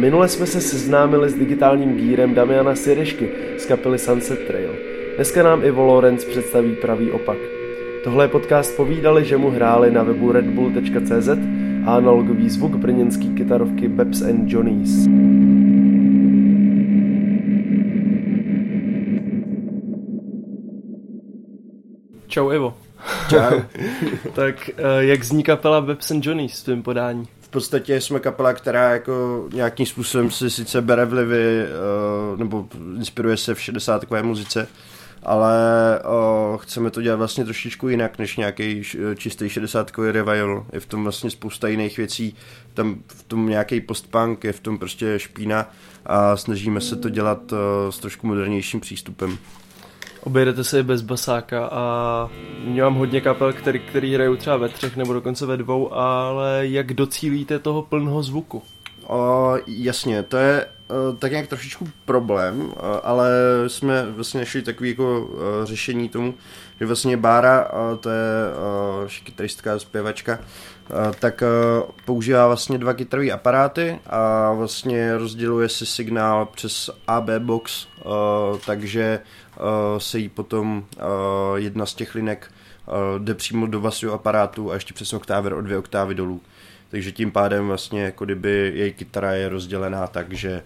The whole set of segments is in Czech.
Minule jsme se seznámili s digitálním gírem Damiana Sirešky z kapely Sunset Trail. Dneska nám Ivo Lorenz představí pravý opak. Tohle je podcast Povídali, že mu hráli na webu redbull.cz a analogový zvuk brněnský kytarovky Babs and Johnnies. Čau Ivo. Čau. Tak jak zní kapela Babs and Johnnies v tvém podání? V podstatě jsme kapela, která jako nějakým způsobem si sice bere vlivy nebo inspiruje se v 60takové muzice, ale chceme to dělat vlastně trošičku jinak než nějaký čistý 60takový revival. Je v tom vlastně spousta jiných věcí, tam v tom nějaký postpunk, je v tom prostě špína a snažíme se to dělat s trošku modernějším přístupem. Obejdete se i bez basáka a mám hodně kapel, který hrajou třeba ve 3 nebo dokonce ve 2, ale jak docílíte toho plného zvuku? Jasně, to je tak nějak trošičku problém, ale jsme vlastně našli takový jako řešení tomu, že vlastně Bára, to je kytaristka, zpěvačka, tak používá vlastně 2 kytarové aparáty a vlastně rozděluje si signál přes AB box, takže se jí potom jedna z těch linek jde přímo do basového aparátu a ještě přes oktáver o 2 oktávy dolů. Takže tím pádem vlastně jako kdyby její kytara je rozdělená tak, že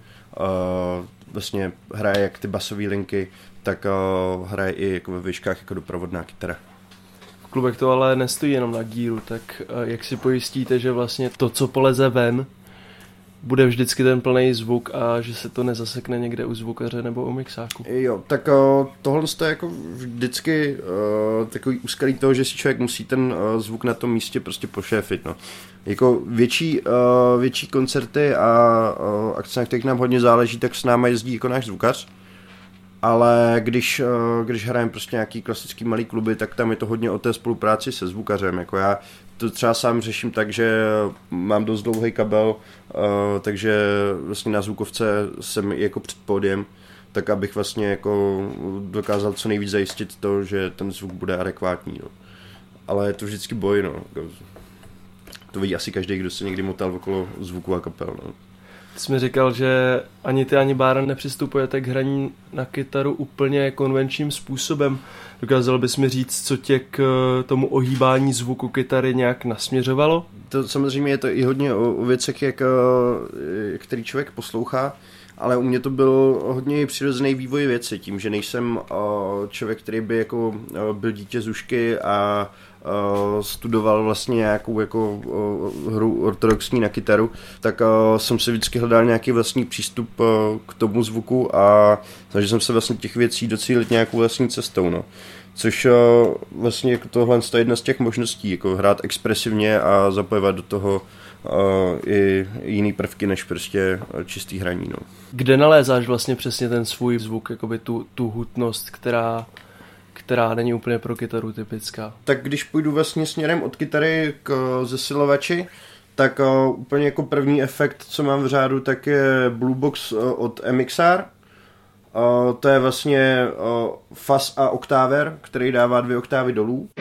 vlastně hraje jak ty basové linky, tak hraje i jako ve výškách jako doprovodná kytara. V klubech to ale nestojí jenom na gíru, tak jak si pojistíte, že vlastně to, co poleze ven, bude vždycky ten plný zvuk a že se to nezasekne někde u zvukaře nebo u mixáku? Jo, tak tohle je jako vždycky takový úskalí toho, že si člověk musí ten zvuk na tom místě prostě pošéfit. No. Jako větší koncerty a akce, na kterých nám hodně záleží, tak s náma jezdí jako náš zvukař. Ale když hrajeme prostě nějaký klasický malý kluby, tak tam je to hodně o té spolupráci se zvukařem. Jako já to třeba sám řeším tak, že mám dost dlouhý kabel, takže vlastně na zvukovce jsem jako před pódiem, tak abych vlastně jako dokázal co nejvíc zajistit to, že ten zvuk bude adekvátní. No. Ale je to vždycky boj, no. To ví asi každý, kdo se někdy motal okolo zvuku a kapel, no. Ty jsi mi říkal, že ani ty, ani Bára nepřistupujete k hraní na kytaru úplně konvenčním způsobem. Dokázal bys mi říct, co tě k tomu ohýbání zvuku kytary nějak nasměřovalo? To samozřejmě je to i hodně o věcech, který člověk poslouchá, ale u mě to byl hodně přirozený vývoj věci, tím, že nejsem člověk, který by jako byl dítě z ušky a studoval vlastně nějakou jako hru ortodoxní na kytaru, tak jsem si vždycky hledal nějaký vlastní přístup k tomu zvuku a snažil jsem se vlastně těch věcí docílit nějakou vlastní cestou, no. Což vlastně jako tohle je jedna z těch možností, jako hrát expresivně a zapojovat do toho i jiný prvky než prostě čistý hraní, no. Kde nalézáš vlastně přesně ten svůj zvuk, jakoby tu hutnost, která není úplně pro kytaru typická? Tak když půjdu vlastně směrem od kytary k zesilovači, tak úplně jako první efekt, co mám v řádu, tak je Blue Box od MXR. To je vlastně fuzz a oktáver, který dává 2 oktávy dolů.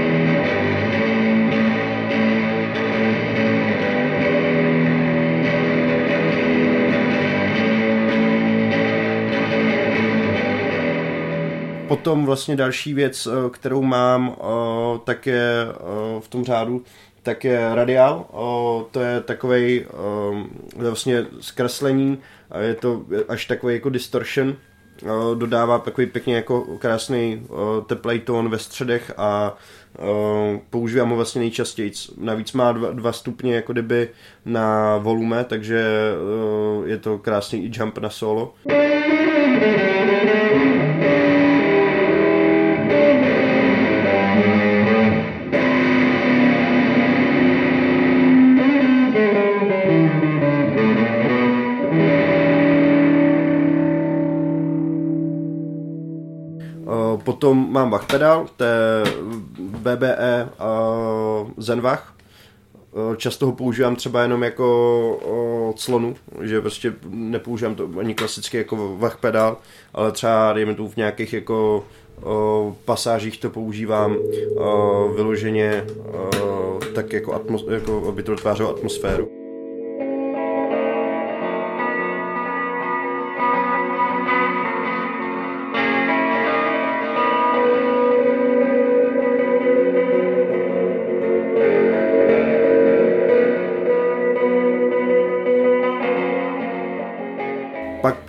Potom vlastně další věc, kterou mám, tak je v tom řádu, tak je radiál. To je takovej vlastně zkreslení, je to až takový jako distortion. Dodává takový pěkně jako krásný teplej tón ve středech a používám ho vlastně nejčastěji. Navíc má 2 stupně jako kdyby na volume, takže je to krásný i jump na solo. Potom mám Bach pedál, to je BBE Zenbach. Často ho používám třeba jenom jako clonu, že prostě nepoužívám to ani klasicky jako Bach pedál, ale třeba dejme tu v nějakých jako pasážích to používám vyloženě tak jako, aby to vytvářelo atmosféru.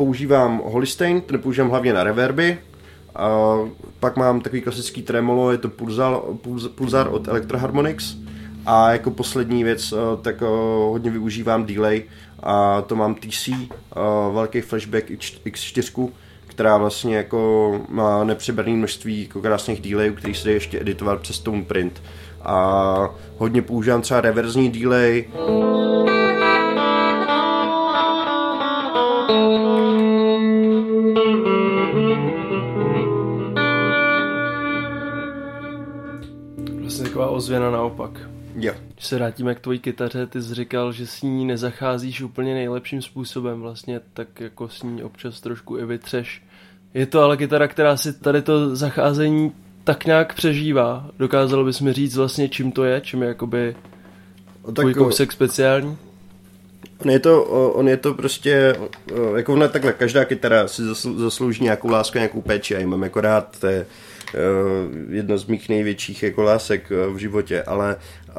používám Holstein, ten používám hlavně na reverby. A pak mám takový klasický tremolo, je to Pulsar od Electro-Harmonix. A jako poslední věc, tak hodně využívám delay a to mám TC, velký flashback X4, která vlastně jako má nepřeberné množství jako krásných delayů, který se dají ještě editovat přes Tone Print. A hodně používám třeba reverzní delay. Vlastně taková ozvěna naopak. Jo. Když se vrátíme k tvojí kytaře, ty jsi říkal, že s ní nezacházíš úplně nejlepším způsobem, vlastně tak jako s ní občas trošku i vytřeš. Je to ale kytara, která si tady to zacházení tak nějak přežívá. Dokázal bys mi říct vlastně, čím to je, čím je jakoby tvůj kousek speciální? On je to prostě, jako ne takhle, každá kytara si zaslouží nějakou lásku, nějakou péči a já mám jako rád, to je jedna z mých největších jako lásek v životě, ale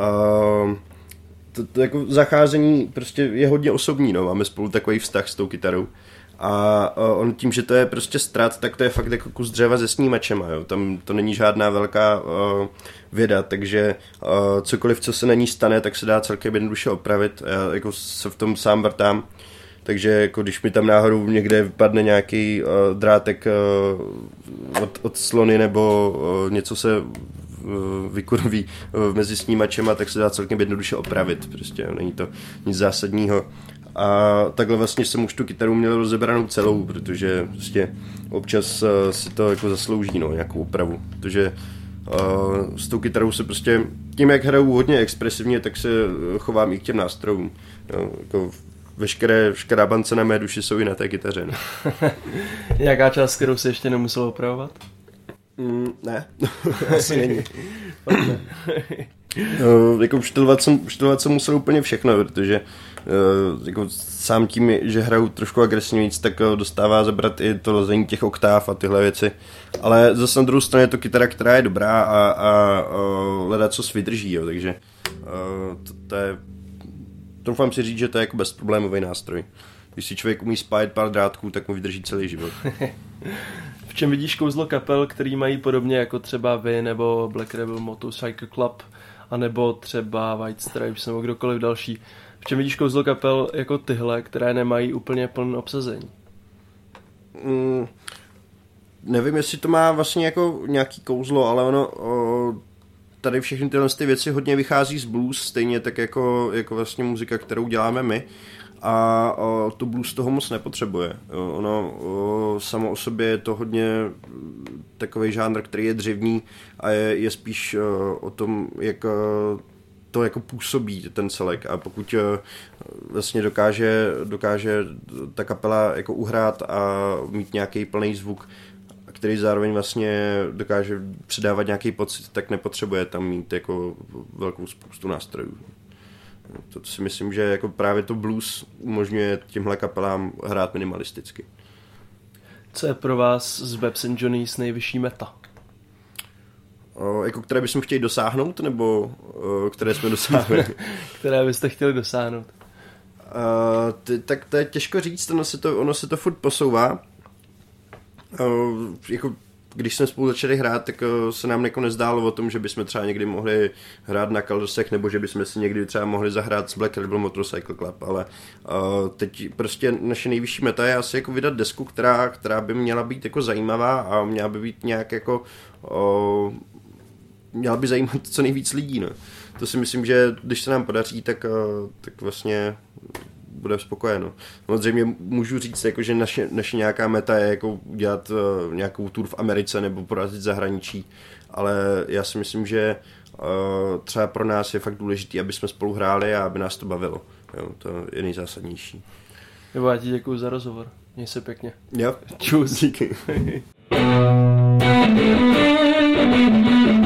to jako zacházení prostě je hodně osobní, no, máme spolu takový vztah s tou kytarou. A on tím, že to je prostě Strat, tak to je fakt jako kus dřeva se snímačema, jo. Tam to není žádná velká věda, takže cokoliv, co se na ní stane, tak se dá celkem jednoduše opravit. Já jako se v tom sám vrtám, takže jako když mi tam náhodou někde vypadne nějaký drátek od slony nebo něco se vykurví mezi snímačema, tak se dá celkem jednoduše opravit. Prostě není to nic zásadního. A takhle vlastně jsem už tu kytaru měl rozebranou celou, protože prostě občas si to jako zaslouží, no, nějakou opravu. Protože s tou kytarou se prostě, tím jak hraju hodně expresivně, tak se chovám i k těm nástrojům. No, jako veškerá bance na mé duši jsou i na té kytaře. No. Nějaká část, kterou se ještě nemusel opravovat? Ne, asi není. Jako štelovat jsem musel úplně všechno, protože jako sám tím, že hraju trošku agresivně víc, tak dostává zabrat i to lezení těch oktáv a tyhle věci. Ale zase na druhou stranu je to kytara, která je dobrá a ledacos vydrží, jo, takže to je, doufám si říct, že to je jako bezproblémový nástroj. Když si člověk umí spájet pár drátků, tak mu vydrží celý život. V čem vidíš kouzlo kapel, který mají podobně jako třeba vy nebo Black Rebel Motorcycle Club, anebo třeba White Stripes nebo kdokoliv další? V čem vidíš kouzlo kapel jako tyhle, které nemají úplně plné obsazení? Nevím, jestli to má vlastně jako nějaký kouzlo, ale ono tady všechny tyhle věci hodně vychází z blues, stejně tak jako vlastně muzika, kterou děláme my. A to blues toho moc nepotřebuje. Ono samo o sobě je to hodně takový žánr, který je dřevní a je spíš o tom, jak to jako působí ten celek a pokud vlastně dokáže ta kapela jako uhrát a mít nějaký plný zvuk, který zároveň vlastně dokáže předávat nějaký pocit, tak nepotřebuje tam mít jako velkou spoustu nástrojů. To si myslím, že jako právě to blues umožňuje těmhle kapelám hrát minimalisticky. Co je pro vás z Babs and Johnny's nejvyšší meta? Jako které bychom chtěli dosáhnout, nebo které jsme dosáhli? Které byste chtěli dosáhnout? Tak to je těžko říct, ono se to furt posouvá. Jako když jsme spolu začali hrát, tak se nám jako nezdálo o tom, že bychom třeba někdy mohli hrát na Kaldosech, nebo že bychom si někdy třeba mohli zahrát s Black Rebel Motorcycle Club, ale teď prostě naše nejvyšší meta je asi jako vydat desku, která by měla být jako zajímavá a měla by být nějak jako měla by zajímat co nejvíc lidí, no. To si myslím, že když se nám podaří, tak vlastně bude spokojeno. Samozřejmě můžu říct, jako, že naše nějaká meta je jako udělat nějakou tour v Americe nebo porazit zahraničí, ale já si myslím, že třeba pro nás je fakt důležité, aby jsme spolu hráli a aby nás to bavilo. Jo, to je nejzásadnější. Nebo já ti děkuju za rozhovor. Měj se pěkně. Jo. Čus. Díky.